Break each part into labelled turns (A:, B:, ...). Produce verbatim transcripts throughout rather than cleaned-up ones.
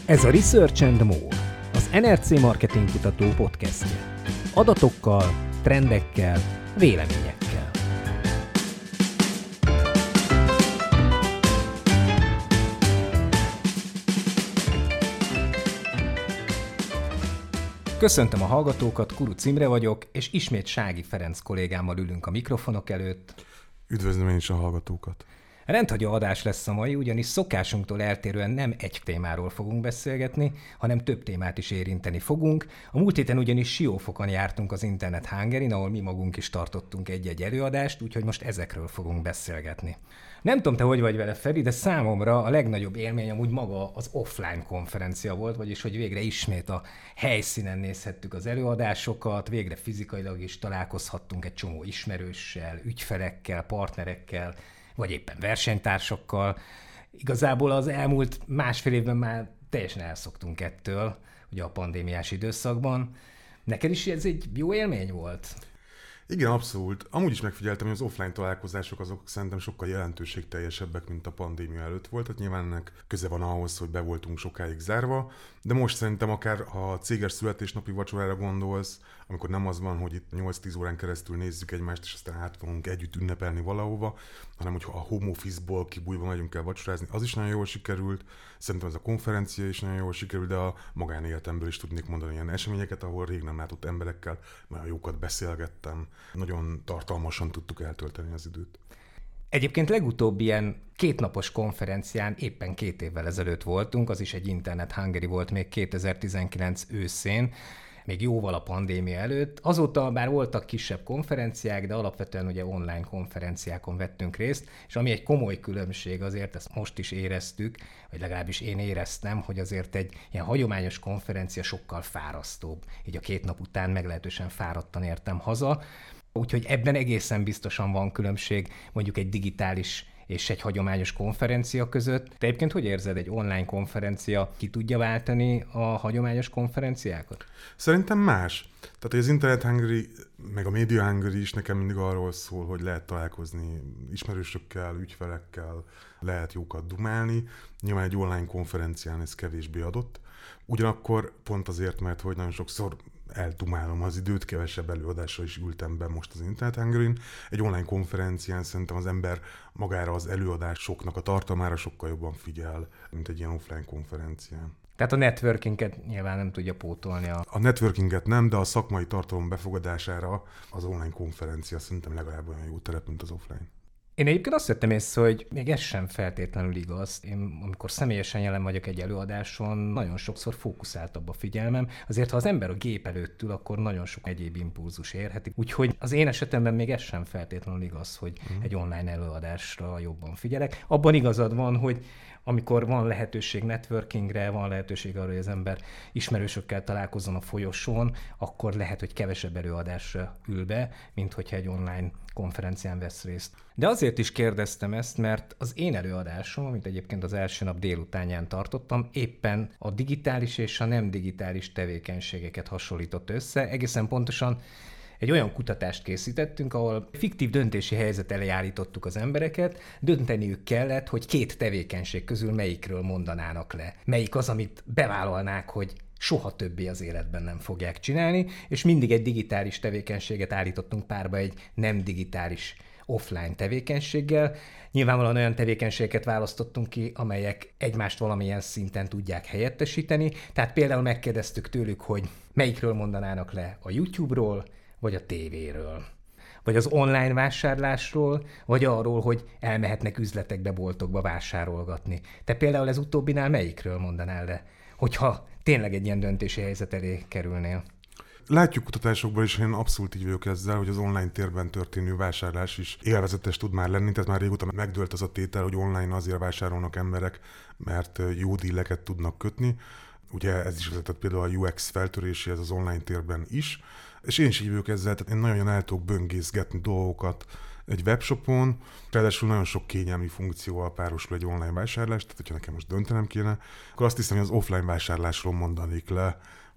A: Ez a Research and More, az en er cé Marketing Kutató podcastje. Adatokkal, trendekkel, véleményekkel. Köszöntöm a hallgatókat, Kuruc Imre vagyok, és ismét Sági Ferenc kollégámmal ülünk a mikrofonok előtt.
B: Üdvözlöm én is a hallgatókat.
A: Rendhagyó adás lesz a mai, ugyanis szokásunktól eltérően nem egy témáról fogunk beszélgetni, hanem több témát is érinteni fogunk. A múlt héten ugyanis Siófokon jártunk az Internet Hungary'n, ahol mi magunk is tartottunk egy-egy előadást, úgyhogy most ezekről fogunk beszélgetni. Nem tudom, te hogy vagy vele, Feri, de számomra a legnagyobb élmény amúgy maga az offline konferencia volt, vagyis hogy végre ismét a helyszínen nézhettük az előadásokat, végre fizikailag is találkozhattunk egy csomó ismerőssel, ügyfelekkel, partnerekkel, vagy éppen versenytársakkal. Igazából az elmúlt másfél évben már teljesen elszoktunk ettől, ugye a pandémiás időszakban. Neked is ez egy jó élmény volt?
B: Igen, abszolút. Amúgy is megfigyeltem, hogy az offline találkozások azok szerintem sokkal jelentőségteljesebbek, mint a pandémia előtt volt. Tehát nyilván ennek köze van ahhoz, hogy be voltunk sokáig zárva, de most szerintem akár ha a céges születésnapi vacsorára gondolsz, amikor nem az van, hogy itt nyolc-tíz órán keresztül nézzük egymást, és aztán át fogunk együtt ünnepelni valahova, hanem hogyha a home office-ból kibújva megyünk el vacsorázni, az is nagyon jól sikerült. Szerintem ez a konferencia is nagyon jól sikerült, de a magánéletemből is tudnék mondani ilyen eseményeket, ahol rég nem látott emberekkel, nagyon jókat beszélgettem, nagyon tartalmasan tudtuk eltölteni az időt.
A: Egyébként legutóbb ilyen kétnapos konferencián éppen két évvel ezelőtt voltunk, az is egy Internet Hungary volt még kétezer-tizenkilenc őszén, még jóval a pandémia előtt. Azóta bár voltak kisebb konferenciák, de alapvetően ugye online konferenciákon vettünk részt, és ami egy komoly különbség azért, ezt most is éreztük, vagy legalábbis én éreztem, hogy azért egy ilyen hagyományos konferencia sokkal fárasztóbb. Így a két nap után meglehetősen fáradtan értem haza, úgyhogy ebben egészen biztosan van különbség mondjuk egy digitális és egy hagyományos konferencia között. Te egyébként hogy érzed, egy online konferencia ki tudja váltani a hagyományos konferenciákat?
B: Szerintem más. Tehát az Internet Hungary, meg a Media Hungary is nekem mindig arról szól, hogy lehet találkozni ismerősökkel, ügyfelekkel, lehet jókat dumálni. Nyilván egy online konferencián ez kevésbé adott. Ugyanakkor pont azért, mert hogy nagyon sokszor eltumálom az időt, kevesebb előadásra is ültem be most az Internet Hungary'n. Egy online konferencián szerintem az ember magára az előadásoknak a tartalmára sokkal jobban figyel, mint egy ilyen offline konferencián.
A: Tehát a networkinget nyilván nem tudja pótolni. A...
B: a networkinget nem, de a szakmai tartalom befogadására az online konferencia szerintem legalább olyan jó terep, mint az offline.
A: Én egyébként azt vettem észre, hogy még ez sem feltétlenül igaz. Én amikor személyesen jelen vagyok egy előadáson, nagyon sokszor fókuszáltabb a figyelmem. Azért, ha az ember a gép előtt ül, akkor nagyon sok egyéb impulzus érheti. Úgyhogy az én esetemben még ez sem feltétlenül igaz, hogy mm. egy online előadásra jobban figyelek. Abban igazad van, hogy amikor van lehetőség networkingre, van lehetőség arra, hogy az ember ismerősökkel találkozzon a folyosón, akkor lehet, hogy kevesebb előadásra ül be, mint hogyha egy online konferencián vesz részt. De azért is kérdeztem ezt, mert az én előadásom, amit egyébként az első nap délutánján tartottam, éppen a digitális és a nem digitális tevékenységeket hasonlított össze. Egészen pontosan egy olyan kutatást készítettünk, ahol fiktív döntési helyzet elé állítottuk az embereket, dönteniük kellett, hogy két tevékenység közül melyikről mondanának le. Melyik az, amit bevállalnák, hogy soha többé az életben nem fogják csinálni, és mindig egy digitális tevékenységet állítottunk párba egy nem digitális offline tevékenységgel. Nyilvánvalóan olyan tevékenységeket választottunk ki, amelyek egymást valamilyen szinten tudják helyettesíteni. Tehát például megkérdeztük tőlük, hogy melyikről mondanának le, a YouTube-ról, vagy a tévéről, vagy az online vásárlásról, vagy arról, hogy elmehetnek üzletekbe, boltokba vásárolgatni. Te például ez utóbbinál melyikről mondanál le, hogyha tényleg egy ilyen döntési helyzet elé kerülnél?
B: Látjuk kutatásokban is, én abszolút így vagyok ezzel, hogy az online térben történő vásárlás is élvezetes tud már lenni, tehát már régóta megdőlt az a tétel, hogy online azért vásárolnak emberek, mert jó díleket tudnak kötni. Ugye ez is vezetett például a u iksz feltöréséhez az online térben is, és én is így vagyok ezzel, tehát én nagyon el tudok böngészgetni dolgokat egy webshopon, ráadásul nagyon sok kényelmi funkcióval párosul egy online vásárlás, tehát hogyha nekem most döntenem kéne, akkor azt hiszem, hogy az offline vásárlásról mondanék le,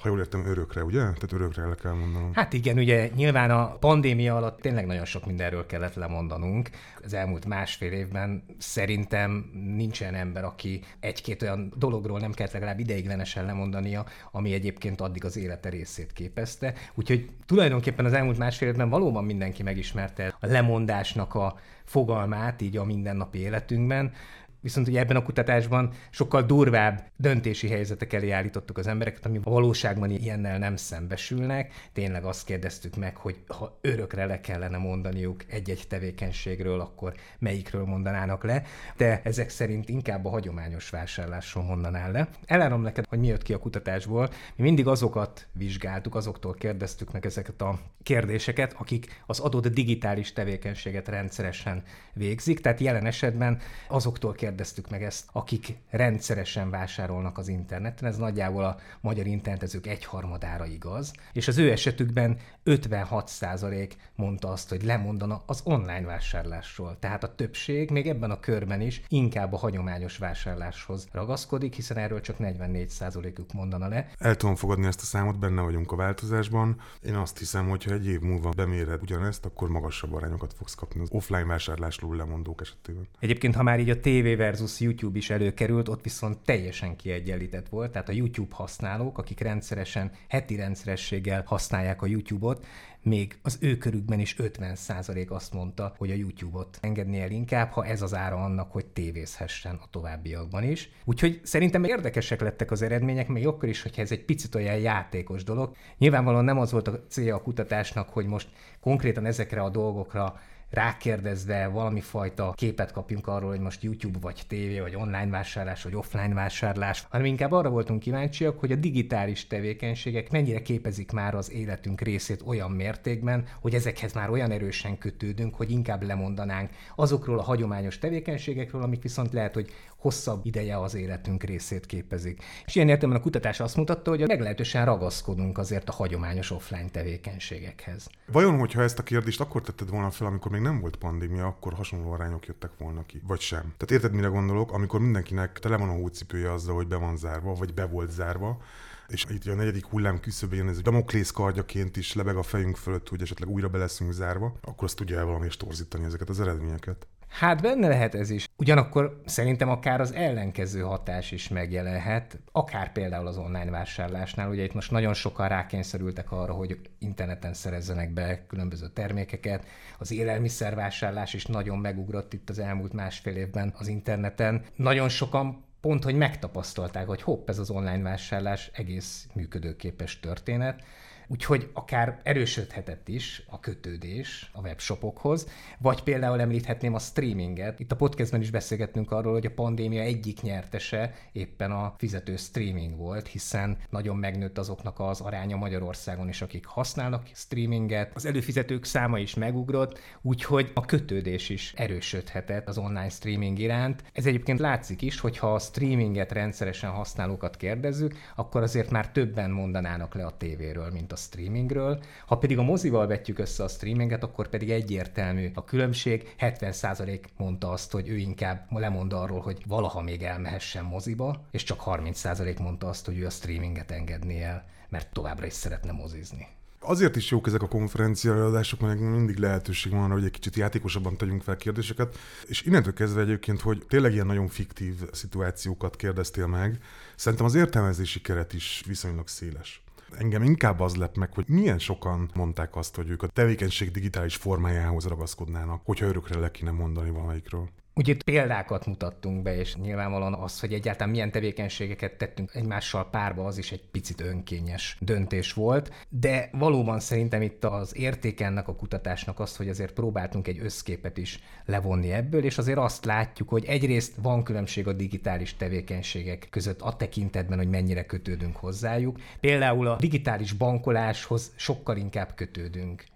B: Ha jól értem, örökre, ugye? Tehát örökre le kell mondanom.
A: Hát igen, ugye nyilván a pandémia alatt tényleg nagyon sok mindenről kellett lemondanunk. Az elmúlt másfél évben szerintem nincsen ember, aki egy-két olyan dologról nem kellett legalább ideiglenesen lemondania, ami egyébként addig az élete részét képezte. Úgyhogy tulajdonképpen az elmúlt másfél évben valóban mindenki megismerte a lemondásnak a fogalmát így a mindennapi életünkben. Viszont ugye ebben a kutatásban sokkal durvább döntési helyzetek elé állítottuk az embereket, ami a valóságban ilyennel nem szembesülnek. Tényleg azt kérdeztük meg, hogy ha örökre le kellene mondaniuk egy-egy tevékenységről, akkor melyikről mondanának le, de ezek szerint inkább a hagyományos vásárlásról mondaná le. Elárulom neked, hogy mi jött ki a kutatásból. Mi mindig azokat vizsgáltuk, azoktól kérdeztük meg ezeket a kérdéseket, akik az adott digitális tevékenységet rendszeresen végzik, tehát jelen esetben azoktól kérdeztük, kérdeztük meg ezt, akik rendszeresen vásárolnak az interneten, ez nagyjából a magyar internetezők egyharmadára igaz, és az ő esetükben ötvenhat százalék mondta azt, hogy lemondana az online vásárlásról. Tehát a többség még ebben a körben is inkább a hagyományos vásárláshoz ragaszkodik, hiszen erről csak negyvennégy százalékuk mondana le.
B: El tudom fogadni ezt a számot, benne vagyunk a változásban. Én azt hiszem, hogy ha egy év múlva beméred ugyanezt, akkor magasabb arányokat fogsz kapni az offline vásárlásról lemondók esetében.
A: Egyébként, ha már így a tévé versus YouTube is előkerült, ott viszont teljesen kiegyenlített volt, tehát a YouTube használók, akik rendszeresen, heti rendszerességgel használják a YouTube-ot, még az ő körükben is ötven százalék azt mondta, hogy a YouTube-ot engedni el inkább, ha ez az ára annak, hogy tévézhessen a továbbiakban is. Úgyhogy szerintem érdekesek lettek az eredmények, még akkor is, hogyha ez egy picit olyan játékos dolog. Nyilvánvalóan nem az volt a célja a kutatásnak, hogy most konkrétan ezekre a dolgokra rákérdezve valami fajta képet kapjunk arról, hogy most YouTube vagy tévé, vagy online vásárlás, vagy offline vásárlás, hanem inkább arra voltunk kíváncsiak, hogy a digitális tevékenységek mennyire képezik már az életünk részét olyan mértékben, hogy ezekhez már olyan erősen kötődünk, hogy inkább lemondanánk azokról a hagyományos tevékenységekről, amik viszont lehet, hogy hosszabb ideje az életünk részét képezik. És ilyen értelemben a kutatás azt mutatta, hogy meglehetősen ragaszkodunk azért a hagyományos offline tevékenységekhez.
B: Vajon, hogyha ezt a kérdést akkor tetted volna fel, amikor még nem volt pandémia, akkor hasonló arányok jöttek volna ki? Vagy sem? Tehát érted, mire gondolok, amikor mindenkinek tele van a hócipője azzal, hogy be van zárva, vagy be volt zárva, és itt a negyedik hullám küszöbén ez Damoklész kardjaként is lebeg a fejünk fölött, hogy esetleg újra be leszünk zárva, akkor azt tudja el valamelyest torzítani ezeket az eredményeket.
A: Hát benne lehet ez is. Ugyanakkor szerintem akár az ellenkező hatás is megjelenhet, akár például az online vásárlásnál. Ugye itt most nagyon sokan rákényszerültek arra, hogy interneten szerezzenek be különböző termékeket. Az élelmiszervásárlás is nagyon megugrott itt az elmúlt másfél évben az interneten. Nagyon sokan pont, hogy megtapasztalták, hogy hopp, ez az online vásárlás egész működőképes történet. Úgyhogy akár erősödhetett is a kötődés a webshopokhoz, vagy például említhetném a streaminget. Itt a podcastben is beszélgettünk arról, hogy a pandémia egyik nyertese éppen a fizető streaming volt, hiszen nagyon megnőtt azoknak az aránya Magyarországon is, akik használnak streaminget. Az előfizetők száma is megugrott, úgyhogy a kötődés is erősödhetett az online streaming iránt. Ez egyébként látszik is, hogyha a streaminget rendszeresen használókat kérdezzük, akkor azért már többen mondanának le a tévéről, mint a streamingről. Ha pedig a mozival vetjük össze a streaminget, akkor pedig egyértelmű a különbség. hetven százalék mondta azt, hogy ő inkább lemond arról, hogy valaha még elmehessen moziba, és csak harminc százalék mondta azt, hogy ő a streaminget engedné el, mert továbbra is szeretne mozizni.
B: Azért is jók ezek a konferencia előadások, mert mindig lehetőség van arra, hogy egy kicsit játékosabban tegyünk fel kérdéseket, és innentől kezdve egyébként, hogy tényleg ilyen nagyon fiktív szituációkat kérdeztél meg, szerintem az értelmezési keret is viszonylag széles. Engem inkább az lep meg, hogy milyen sokan mondták azt, hogy ők a tevékenység digitális formájához ragaszkodnának, hogyha örökre le kéne mondani valamelyikről.
A: Ugye itt példákat mutattunk be, és nyilvánvalóan az, hogy egyáltalán milyen tevékenységeket tettünk egymással párba, az is egy picit önkényes döntés volt, de valóban szerintem itt az érték ennek a kutatásnak az, hogy azért próbáltunk egy összképet is levonni ebből, és azért azt látjuk, hogy egyrészt van különbség a digitális tevékenységek között a tekintetben, hogy mennyire kötődünk hozzájuk. Például a digitális bankoláshoz sokkal inkább kötődünk,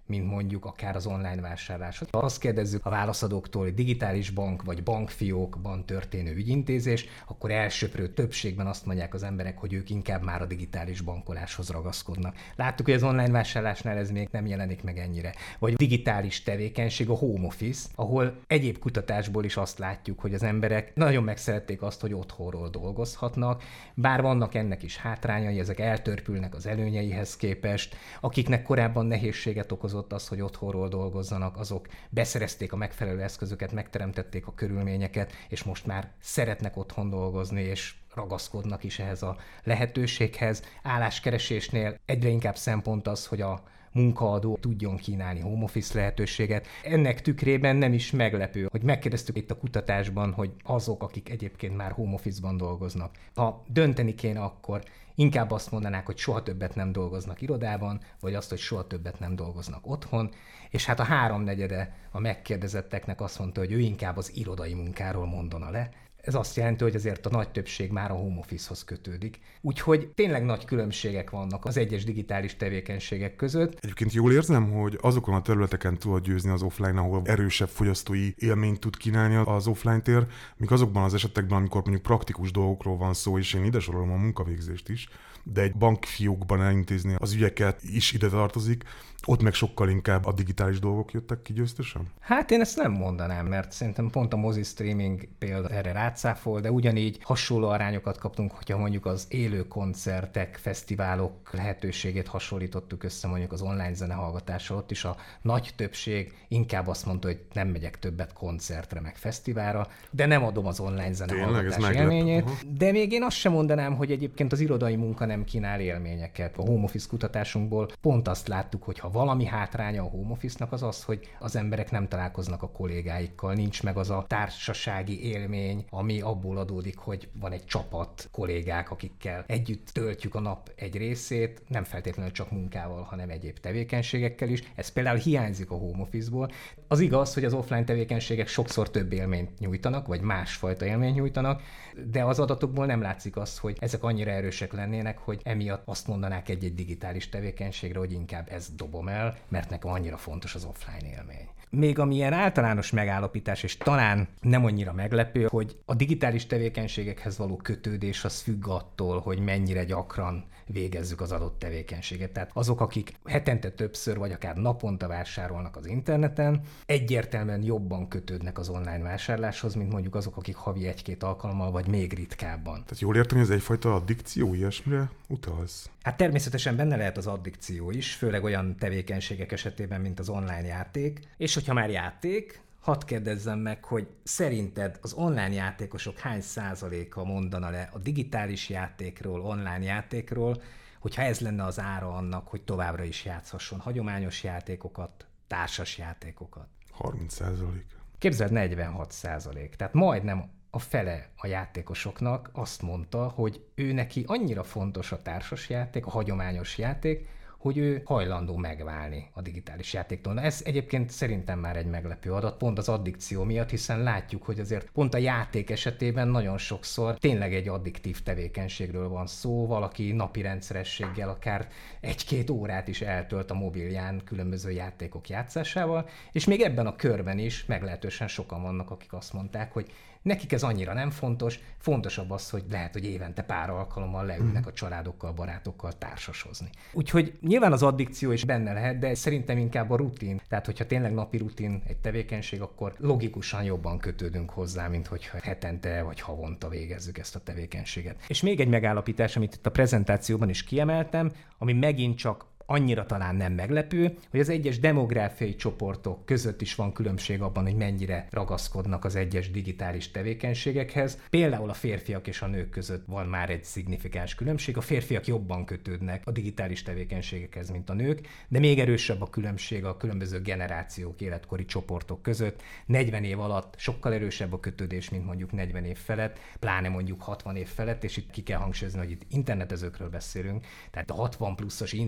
A: mint mondjuk akár az online vásárlás. Ha azt kérdezzük a válaszadóktól, hogy digitális bank vagy bankfiókban történő ügyintézés, akkor elsöprő többségben azt mondják az emberek, hogy ők inkább már a digitális bankoláshoz ragaszkodnak. Láttuk, hogy az online vásárlásnál ez még nem jelenik meg ennyire. Vagy digitális tevékenység, a home office, ahol egyéb kutatásból is azt látjuk, hogy az emberek nagyon megszerették azt, hogy otthonról dolgozhatnak, bár vannak ennek is hátrányai, ezek eltörpülnek az előnyeihez képest. Akiknek korábban nehézséget okozott az, hogy otthonról dolgozzanak, azok beszerezték a megfelelő eszközöket, megteremtették a körülményeket, és most már szeretnek otthon dolgozni, és ragaszkodnak is ehhez a lehetőséghez. Álláskeresésnél egyre inkább szempont az, hogy a munkaadó tudjon kínálni home office lehetőséget. Ennek tükrében nem is meglepő, hogy megkérdeztük itt a kutatásban, hogy azok, akik egyébként már home office-ban dolgoznak, ha dönteni kéne, akkor inkább azt mondanák, hogy soha többet nem dolgoznak irodában, vagy azt, hogy soha többet nem dolgoznak otthon, és hát a háromnegyede a megkérdezetteknek azt mondta, hogy ő inkább az irodai munkáról mondana le. Ez azt jelenti, hogy azért a nagy többség már a home office-hoz kötődik. Úgyhogy tényleg nagy különbségek vannak az egyes digitális tevékenységek között.
B: Egyébként jól érzem, hogy azokon a területeken tudod győzni az offline, ahol erősebb fogyasztói élményt tud kínálni az offline tér, míg azokban az esetekben, amikor mondjuk praktikus dolgokról van szó, és én ide sorolom a munkavégzést is, de egy bankfiókban elintézni az ügyeket is ide tartozik, ott meg sokkal inkább a digitális dolgok jöttek ki győztesen?
A: Hát én ezt nem mondanám, mert szerintem pont a mozi streaming példa erre rácáfol, de ugyanígy hasonló arányokat kaptunk, hogyha mondjuk az élő koncertek, fesztiválok lehetőségét hasonlítottuk össze mondjuk az online zenehallgatással, ott is a nagy többség inkább azt mondta, hogy nem megyek többet koncertre, meg fesztiválra, de nem adom az online zenehallgatás élményét. De még én azt sem mondanám, hogy egyébként az irodai munka nem kínál élményeket. A home office kutatásunkból pont azt láttuk, hogy ha valami hátránya a home office-nak az az, hogy az emberek nem találkoznak a kollégáikkal, nincs meg az a társasági élmény, ami abból adódik, hogy van egy csapat kollégák, akikkel együtt töltjük a nap egy részét, nem feltétlenül csak munkával, hanem egyéb tevékenységekkel is. Ez például hiányzik a home office-ból. Az igaz, hogy az offline tevékenységek sokszor több élményt nyújtanak, vagy másfajta élményt nyújtanak, de az adatokból nem látszik az, hogy ezek annyira erősek lennének, hogy emiatt azt mondanák egy-egy digitális tevékenységre, hogy inkább ez dobom el, mert nekem annyira fontos az offline élmény. Még amilyen általános megállapítás, és talán nem annyira meglepő, hogy a digitális tevékenységekhez való kötődés az függ attól, hogy mennyire gyakran végezzük az adott tevékenységet. Tehát azok, akik hetente többször, vagy akár naponta vásárolnak az interneten, egyértelműen jobban kötődnek az online vásárláshoz, mint mondjuk azok, akik havi egy-két alkalommal, vagy még ritkábban.
B: Tehát jól értem, hogy ez egyfajta addikció, ilyesmire utalsz?
A: Hát természetesen benne lehet az addikció is, főleg olyan tevékenységek esetében, mint az online játék. És hogyha már játék, hadd kérdezzem meg, hogy szerinted az online játékosok hány százaléka mondana le a digitális játékról, online játékról, hogyha ez lenne az ára annak, hogy továbbra is játszhasson hagyományos játékokat, társas játékokat?
B: harminc százalék.
A: Képzeld, negyvenhat százalék. Tehát majdnem a fele a játékosoknak azt mondta, hogy ő neki annyira fontos a társas játék, a hagyományos játék, hogy ő hajlandó megválni a digitális játéktól. Na ez egyébként szerintem már egy meglepő adat, pont az addikció miatt, hiszen látjuk, hogy azért pont a játék esetében nagyon sokszor tényleg egy addiktív tevékenységről van szó, valaki napi rendszerességgel akár egy-két órát is eltölt a mobilján különböző játékok játszásával, és még ebben a körben is meglehetősen sokan vannak, akik azt mondták, hogy nekik ez annyira nem fontos, fontosabb az, hogy lehet, hogy évente pár alkalommal leülnek a családokkal, barátokkal társasozni. Úgyhogy nyilván az addikció is benne lehet, de szerintem inkább a rutin. Tehát, hogyha tényleg napi rutin egy tevékenység, akkor logikusan jobban kötődünk hozzá, mint hogyha hetente vagy havonta végezzük ezt a tevékenységet. És még egy megállapítás, amit itt a prezentációban is kiemeltem, ami megint csak annyira talán nem meglepő, hogy az egyes demográfiai csoportok között is van különbség abban, hogy mennyire ragaszkodnak az egyes digitális tevékenységekhez. Például a férfiak és a nők között van már egy szignifikáns különbség. A férfiak jobban kötődnek a digitális tevékenységekhez, mint a nők, de még erősebb a különbség a különböző generációk, életkori csoportok között. negyven év alatt sokkal erősebb a kötődés, mint mondjuk negyven év felett, pláne mondjuk hatvan év felett, és itt ki kell hangsúlyozni, hogy itt internetezőkről beszélünk, tehát a hatvan pluszos internetezők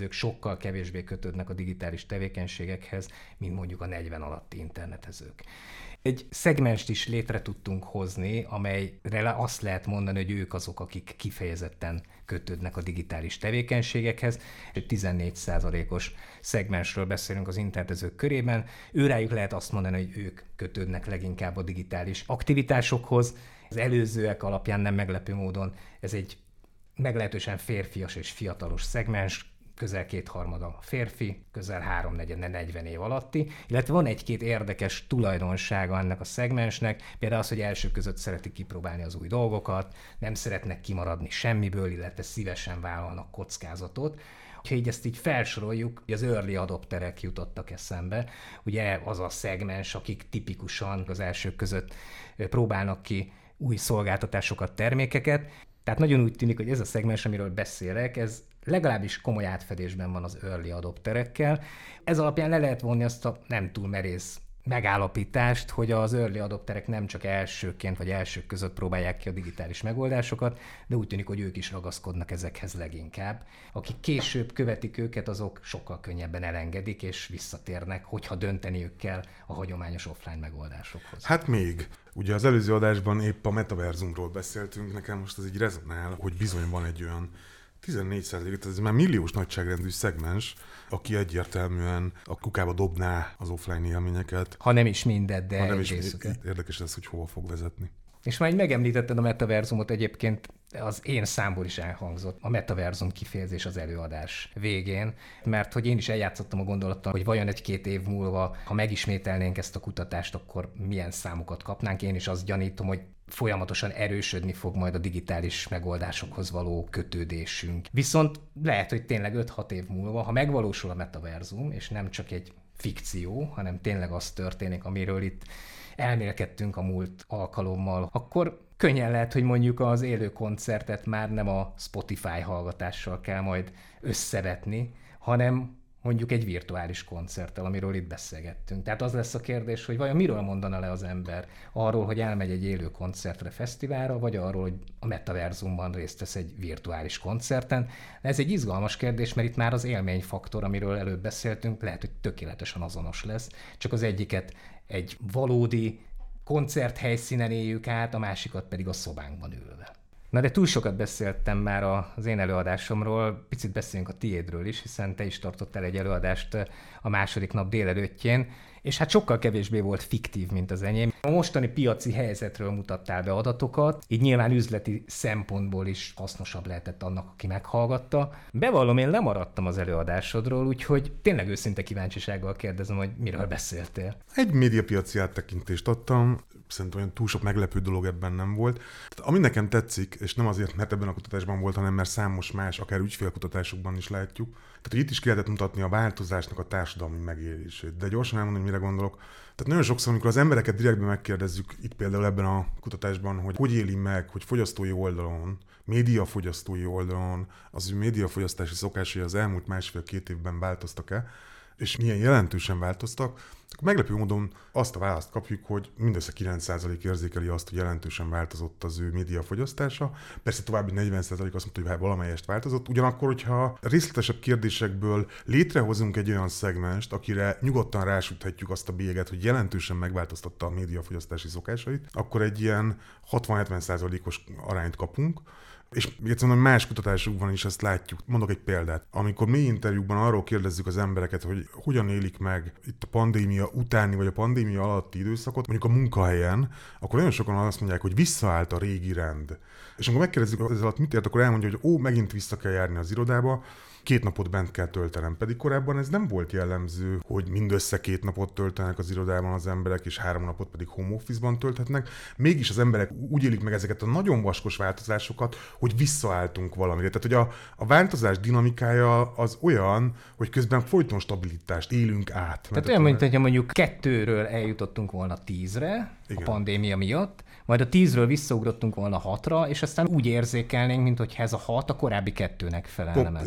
A: internetezők sokkal kevésbé kötődnek a digitális tevékenységekhez, mint mondjuk a negyven alatti internetezők. Egy szegmenst is létre tudtunk hozni, amelyre azt lehet mondani, hogy ők azok, akik kifejezetten kötődnek a digitális tevékenységekhez. Egy tizennégy százalékos szegmensről beszélünk az internetezők körében. Őrájuk lehet azt mondani, hogy ők kötődnek leginkább a digitális aktivitásokhoz. Az előzőek alapján nem meglepő módon ez egy meglehetősen férfias és fiatalos szegmens, közel kétharmada férfi, közel háromnegyede negyven év alatti, illetve van egy-két érdekes tulajdonsága ennek a szegmensnek, például az, hogy elsők között szeretik kipróbálni az új dolgokat, nem szeretnek kimaradni semmiből, illetve szívesen vállalnak kockázatot. Ha így ezt így felsoroljuk, az early adopterek jutottak eszembe, ugye az a szegmens, akik tipikusan az elsők között próbálnak ki új szolgáltatásokat, termékeket. Tehát nagyon úgy tűnik, hogy ez a szegmens, amiről beszélek, ez legalábbis komoly átfedésben van az early adopterekkel. Ez alapján le lehet vonni azt a nem túl merész megállapítást, hogy az early adopterek nem csak elsőként vagy elsők között próbálják ki a digitális megoldásokat, de úgy tűnik, hogy ők is ragaszkodnak ezekhez leginkább. Akik később követik őket, azok sokkal könnyebben elengedik és visszatérnek, hogyha dönteniük kell a hagyományos offline megoldásokhoz.
B: Hát még. Ugye az előző adásban épp a metaverzumról beszéltünk, nekem most ez így rezonál, hogy bizony van egy olyan tizennégy százalék, ez már milliós nagyságrendű szegmens, aki egyértelműen a kukába dobná az offline élményeket.
A: Ha nem is mindet, de
B: ha nem is
A: részüket.
B: Érdekes lesz, hogy hova fog vezetni.
A: És már így megemlítetted a metaverzumot, egyébként az én számból is elhangzott a metaverzum kifejezés az előadás végén, mert hogy én is eljátszottam a gondolattal, hogy vajon egy-két év múlva, ha megismételnénk ezt a kutatást, akkor milyen számokat kapnánk. Én is azt gyanítom, hogy folyamatosan erősödni fog majd a digitális megoldásokhoz való kötődésünk. Viszont lehet, hogy tényleg öt-hat év múlva, ha megvalósul a metaverzum, és nem csak egy fikció, hanem tényleg az történik, amiről itt elmélkedtünk a múlt alkalommal, akkor könnyen lehet, hogy mondjuk az élő koncertet már nem a Spotify hallgatással kell majd összevetni, hanem mondjuk egy virtuális koncerttel, amiről itt beszélgettünk. Tehát az lesz a kérdés, hogy vajon miről mondana le az ember? Arról, hogy elmegy egy élő koncertre, fesztiválra, vagy arról, hogy a metaverzumban részt vesz egy virtuális koncerten? De ez egy izgalmas kérdés, mert itt már az élményfaktor, amiről előbb beszéltünk, lehet, hogy tökéletesen azonos lesz, csak az egyiket egy valódi koncerthelyszínen éljük át, a másikat pedig a szobánkban ülve. Na de túl sokat beszéltem már az én előadásomról, picit beszéljünk a tiédről is, hiszen te is tartottál egy előadást a második nap délelőttjén, és hát sokkal kevésbé volt fiktív, mint az enyém. A mostani piaci helyzetről mutattál be adatokat, így nyilván üzleti szempontból is hasznosabb lehetett annak, aki meghallgatta. Bevallom, én lemaradtam az előadásodról, úgyhogy tényleg őszinte kíváncsisággal kérdezem, hogy miről beszéltél.
B: Egy médiapiaci áttekintést adtam, szerintem olyan túl sok meglepő dolog ebben nem volt. Tehát, ami nekem tetszik, és nem azért, mert ebben a kutatásban volt, hanem mert számos más, akár ügyfélkutatásokban is látjuk. Tehát, hogy itt is ki lehetett mutatni a változásnak a társadalmi megélését. De gyorsan elmondom, hogy mire gondolok. Tehát nagyon sokszor, amikor az embereket direktben megkérdezzük, itt például ebben a kutatásban, hogy hogy éli meg, hogy fogyasztói oldalon, médiafogyasztói oldalon az ő médiafogyasztási szokásai az elmúlt másfél-két évben változtak-e, és milyen jelentősen változtak, akkor meglepő módon azt a választ kapjuk, hogy mindössze kilenc százalék érzékeli azt, hogy jelentősen változott az ő médiafogyasztása. Persze további negyven százalék azt mondta, hogy valamelyest változott. Ugyanakkor, hogyha részletesebb kérdésekből létrehozunk egy olyan szegmenst, akire nyugodtan rásüthetjük azt a bélyeget, hogy jelentősen megváltoztatta a médiafogyasztási szokásait, akkor egy ilyen hatvan-hetven százalékos arányt kapunk. És még egyszer mondom, más kutatásokban is ezt látjuk. Mondok egy példát. Amikor mi interjúkban arról kérdezzük az embereket, hogy hogyan élik meg itt a pandémia utáni vagy a pandémia alatti időszakot, mondjuk a munkahelyen, akkor nagyon sokan azt mondják, hogy visszaállt a régi rend. És amikor megkérdezzük ez alatt mit ért, akkor elmondja, hogy ó, megint vissza kell járni az irodába, két napot bent kell töltenem. Pedig korábban ez nem volt jellemző, hogy mindössze két napot töltenek az irodában az emberek, és három napot pedig home office-ban tölthetnek. Mégis az emberek úgy élik meg ezeket a nagyon vaskos változásokat, hogy visszaálltunk valamire. Tehát, hogy a, a változás dinamikája az olyan, hogy közben folyton stabilitást élünk át.
A: Tehát olyan, mint hogyha mondjuk kettőről eljutottunk volna tízre, igen, a pandémia miatt, majd a tízről visszaugrottunk volna hatra, és aztán úgy érzékelnénk, mint hogyha ez a hat a korábbi kettőnek felelne meg.
B: Igen, erről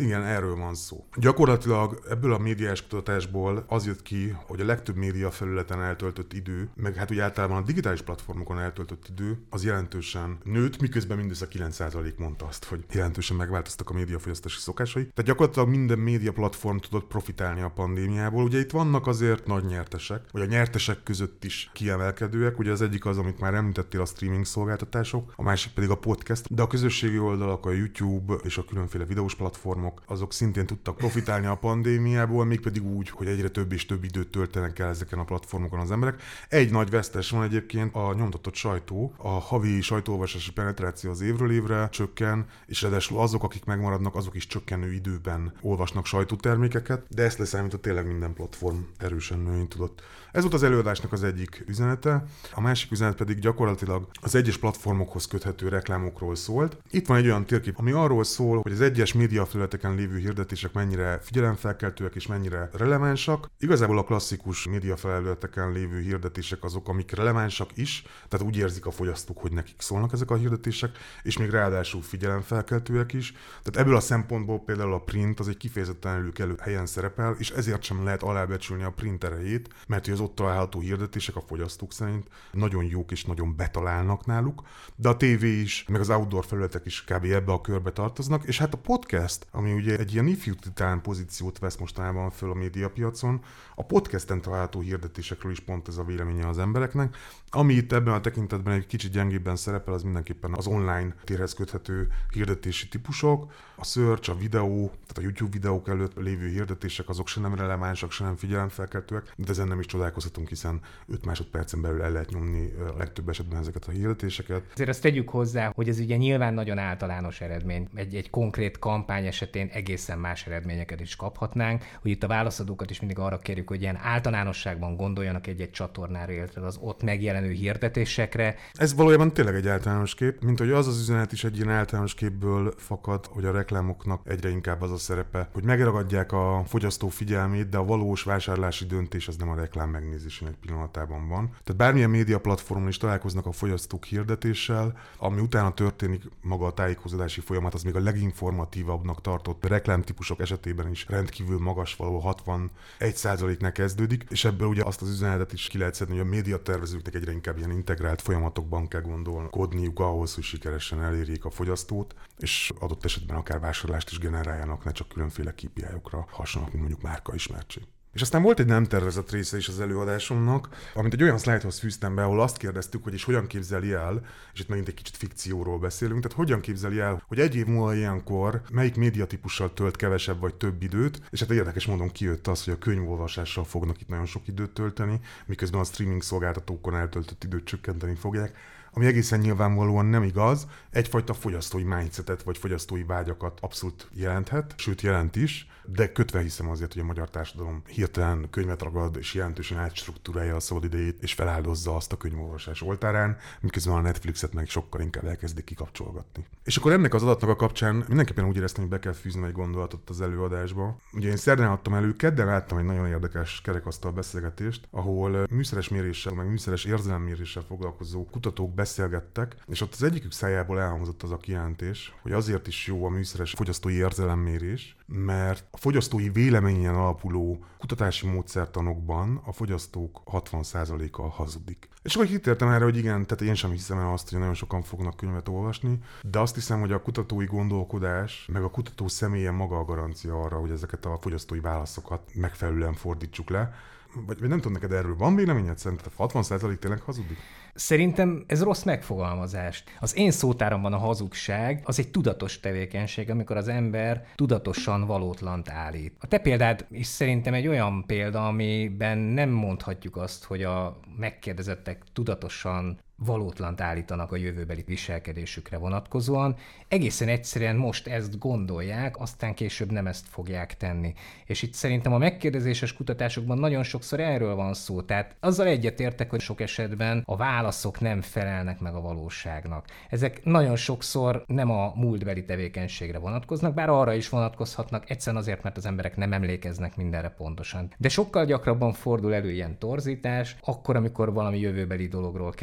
B: erről van szó. Gyakorlatilag ebből a médiás kutatásból az jött ki, hogy a legtöbb média felületen eltöltött idő, meg hát úgy általában a digitális platformokon eltöltött idő, az jelentősen nőtt, miközben mindössze kilenc százalék mondta azt, hogy jelentősen megváltoztak a médiafogyasztási szokásai. Tehát gyakorlatilag minden média platform tudott profitálni a pandémiából. Ugye itt vannak azért nagy nyertesek, vagy a nyertesek között is kiemelkedőek. Ugye az egyik az, amit már említettél, a streaming szolgáltatások, a másik pedig a podcast, de a közösségi oldalak, a YouTube és a különféle videós platformok, azok szintén tudtak profitálni a pandémiából, mégpedig úgy, hogy egyre több és több időt töltenek el ezeken a platformokon az emberek. Egy nagy vesztes van egyébként, a nyomtatott sajtó, a havi sajtóolvasási penetráció az évről évre csökken, és ráadásul azok, akik megmaradnak, azok is csökkenő időben olvasnak sajtótermékeket, de ezt leszámítva tényleg minden platform erősen nőni tudott. Ez volt az előadásnak az egyik üzenete, a másik üzenet pedig gyakorlatilag az egyes platformokhoz köthető reklámokról szólt. Itt van egy olyan térkép, ami arról szól, hogy az egyes médiafelületeken lévő hirdetések mennyire figyelemfelkeltőek és mennyire relevánsak. Igazából a klasszikus médiafelületeken lévő hirdetések azok, amik relevánsak is, tehát úgy érzik a fogyasztók, hogy nekik szólnak ezek a hirdetések, és még ráadásul figyelemfelkeltőek is. Tehát ebből a szempontból például a print az egy kifejezetten előkelő helyen szerepel, és ezért sem lehet alábecsülni a print erejét, mert az ott található hirdetések a fogyasztók szerint nagyon jók és nagyon betalálnak náluk, de a tévé is, meg az outdoor felületek is kb. Ebbe a körbe tartoznak, és hát a podcast, ami ugye egy ilyen ifjú titán pozíciót vesz mostanában föl a médiapiacon, a podcasten található hirdetésekről is pont ez a véleménye az embereknek. Ami itt ebben a tekintetben egy kicsit gyengébben szerepel, az mindenképpen az online térhez köthető hirdetési típusok, a search, a videó, tehát a YouTube videók előtt lévő hirdetések, azok se nem relevánsak, se nem figyelemfelkeltőek, de ezen nem is csodálkozhatunk, hiszen öt másodpercen belül el lehet nyomni a legtöbb esetben ezeket a hirdetéseket.
A: Azért azt tegyük hozzá, hogy ez ugye nyilván nagyon általános eredmény. Egy, egy konkrét kampány esetén egészen más eredményeket is kaphatnánk, hogy itt a válaszadókat is mindig arra kérjük, hogy ilyen általánosságban gondoljanak egy-egy csatornára, illetve az ott megjelenő hirdetésekre.
B: Ez valójában tényleg egy általános kép, mint hogy az az üzenet is egy ilyen általános képből fakad, hogy a reklámoknak egyre inkább az a szerepe, hogy megragadják a fogyasztó figyelmét, de a valós vásárlási döntés az nem a reklám megnézésének pillanatában van. Tehát bármilyen média platformon is találkoznak a fogyasztók hirdetéssel, ami utána történik maga a tájékozódási folyamat, az még a leginformatívabbnak tartott reklámtípusok esetében is rendkívül magas, való hatvanegy százaléknál kezdődik, és ebből ugye azt az üzenetet is ki lehet szedni, hogy a médiatervezőknek egyre inkább ilyen integrált folyamatokban kell gondolkodniuk ahhoz, hogy sikeresen elérjék a fogyasztót, és adott esetben akár vásárlást is generáljanak, ne csak különféle ká pé í-okra hasonlók, mint mondjuk márkaismertség. És aztán volt egy nem tervezett része is az előadásomnak, amit egy olyan szlájdhoz fűztem be, ahol azt kérdeztük, hogy és hogyan képzeli el, és itt megint egy kicsit fikcióról beszélünk, tehát hogyan képzeli el, hogy egy év múlva ilyenkor melyik médiatípussal tölt kevesebb vagy több időt, és hát érdekes módon kijött az, hogy a könyvolvasással fognak itt nagyon sok időt tölteni, miközben a streaming szolgáltatókon eltöltött időt csökkenteni fogják, ami egészen nyilvánvalóan nem igaz, egyfajta fogyasztói mindsetet vagy fogyasztói vágyakat abszolút jelenthet, sőt jelent is, de kötve hiszem azért, hogy a magyar társadalom hirtelen könyvet ragad és jelentősen átstruktúrálja a szabadidejét és feláldozza azt a könyvolvasás oltárán, miközben a Netflixet meg sokkal inkább elkezdik kikapcsolgatni. És akkor ennek az adatnak a kapcsán mindenképpen úgy éreztem, hogy be kell fűzni egy gondolatot az előadásba. Ugye én szerdán adtam elő, kedden láttam egy nagyon érdekes kerekasztal beszélgetést, ahol műszeres méréssel, meg műszeres érzelemméréssel foglalkozó kutatók beszélgettek, és ott az egyikük szájából elhangzott az a kijelentés, hogy azért is jó a műszeres fogyasztói érzelemmérés, mert a fogyasztói véleményen alapuló kutatási módszertanokban a fogyasztók hatvan százaléka hazudik. És akkor hitértem erre, hogy igen, tehát én sem hiszem el azt, hogy nagyon sokan fognak könyvet olvasni, de azt hiszem, hogy a kutatói gondolkodás, meg a kutató személye maga a garancia arra, hogy ezeket a fogyasztói válaszokat megfelelően fordítsuk le. Vagy, vagy nem tudom, neked erről van véleményed? Szerinted hatvan százalék tényleg hazudik?
A: Szerintem ez rossz megfogalmazás. Az én szótáramban a hazugság az egy tudatos tevékenység, amikor az ember tudatosan valótlant állít. A te példád is szerintem egy olyan példa, amiben nem mondhatjuk azt, hogy a megkérdezettek tudatosan valótlant állítanak a jövőbeli viselkedésükre vonatkozóan. Egészen egyszerűen most ezt gondolják, aztán később nem ezt fogják tenni. És itt szerintem a megkérdezéses kutatásokban nagyon sokszor erről van szó. Tehát azzal egyetértek, hogy sok esetben a válaszok nem felelnek meg a valóságnak. Ezek nagyon sokszor nem a múltbeli tevékenységre vonatkoznak, bár arra is vonatkozhatnak, egyszerűen azért, mert az emberek nem emlékeznek mindenre pontosan. De sokkal gyakrabban fordul elő ilyen torzítás, akkor, amikor valami jövőbeli dologról kell vélemény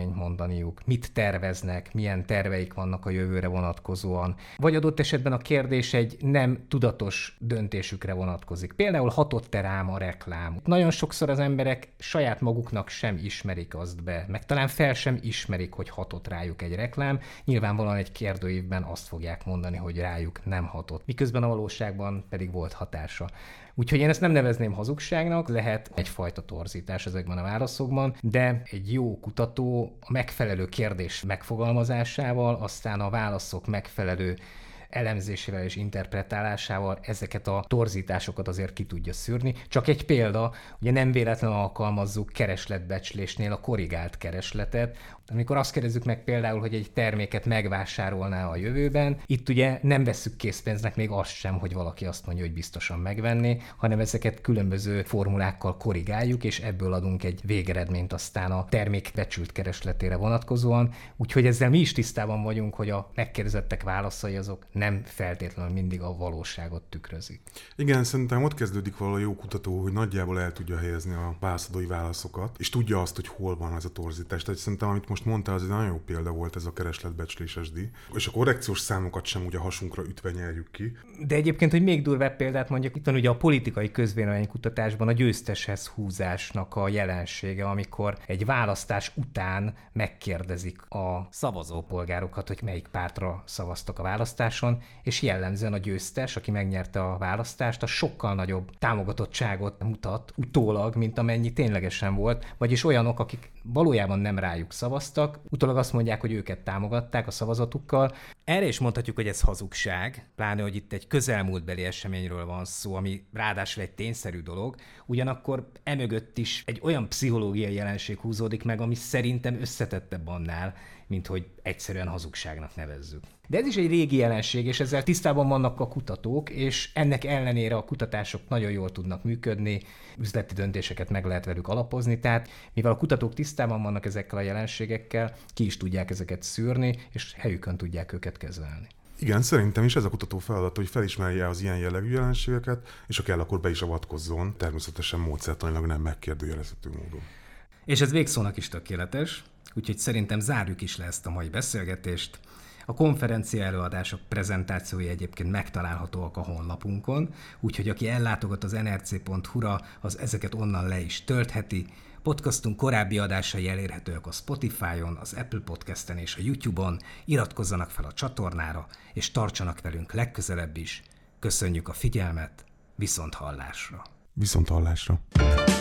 A: véleményt mondaniuk, mit terveznek, milyen terveik vannak a jövőre vonatkozóan, vagy adott esetben a kérdés egy nem tudatos döntésükre vonatkozik. Például hatott-e rám a reklám? Nagyon sokszor az emberek saját maguknak sem ismerik azt be, meg talán fel sem ismerik, hogy hatott rájuk egy reklám. Nyilvánvalóan egy kérdőívben azt fogják mondani, hogy rájuk nem hatott, miközben a valóságban pedig volt hatása. Úgyhogy én ezt nem nevezném hazugságnak, lehet egyfajta torzítás ezekben a válaszokban, de egy jó kutató a megfelelő kérdés megfogalmazásával, aztán a válaszok megfelelő elemzésével és interpretálásával ezeket a torzításokat azért ki tudja szűrni. Csak egy példa, ugye nem véletlenül alkalmazzuk keresletbecslésnél a korrigált keresletet, amikor azt kérdezzük meg például, hogy egy terméket megvásárolná a jövőben, itt ugye nem vesszük készpénznek még azt sem, hogy valaki azt mondja, hogy biztosan megvenné, hanem ezeket különböző formulákkal korrigáljuk, és ebből adunk egy végeredményt aztán a termék becsült keresletére vonatkozóan. Úgyhogy ezzel mi is tisztában vagyunk, hogy a megkérdezettek válaszai azok nem feltétlenül mindig a valóságot tükrözik.
B: Igen, szerintem ott kezdődik valami jó kutató, hogy nagyjából el tudja helyezni a válaszadói válaszokat, és tudja azt, hogy hol van ez a torzítás. Tehát szerintem, amit most mondtál, az egy nagyon jó példa volt ez a keresletbecsléses díj. És a korrekciós számokat sem ugye hasunkra ütve nyerjük ki.
A: De egyébként, hogy még durvább példát mondjak, itt van ugye a politikai közvéleménykutatásban a győzteshez húzásnak a jelensége, amikor egy választás után megkérdezik a szavazópolgárokat, hogy melyik pártra szavaztak a választáson, és jellemzően a győztes, aki megnyerte a választást, a sokkal nagyobb támogatottságot mutat utólag, mint amennyi ténylegesen volt, vagyis olyanok, akik valójában nem rájuk szavaztak, utólag azt mondják, hogy őket támogatták a szavazatukkal. Erre is mondhatjuk, hogy ez hazugság, pláne, hogy itt egy közelmúltbeli eseményről van szó, ami ráadásul egy tényszerű dolog, ugyanakkor emögött is egy olyan pszichológiai jelenség húzódik meg, ami szerintem összetettebb annál, mint hogy egyszerűen hazugságnak nevezzük. De ez is egy régi jelenség, és ezzel tisztában vannak a kutatók, és ennek ellenére a kutatások nagyon jól tudnak működni, üzleti döntéseket meg lehet velük alapozni, tehát mivel a kutatók tisztában vannak ezekkel a jelenségekkel, ki is tudják ezeket szűrni, és helyükön tudják őket kezelni.
B: Igen, szerintem is ez a kutató feladata, hogy felismerje az ilyen jellegű jelenségeket, és ha kell, akkor be is avatkozzon, természetesen módszertanilag nem megkérdőjelezhető módon.
A: És ez végszónak is tökéletes, úgyhogy szerintem zárjuk is le ezt a mai beszélgetést. A konferencia előadások prezentációi egyébként megtalálhatóak a honlapunkon, úgyhogy aki ellátogat az en er cé pont hu-ra, az ezeket onnan le is töltheti. Podcastunk korábbi adásai elérhetőek a Spotify-on, az Apple Podcasten és a YouTube-on. Iratkozzanak fel a csatornára, és tartsanak velünk legközelebb is. Köszönjük a figyelmet, viszont hallásra!
B: Viszont hallásra!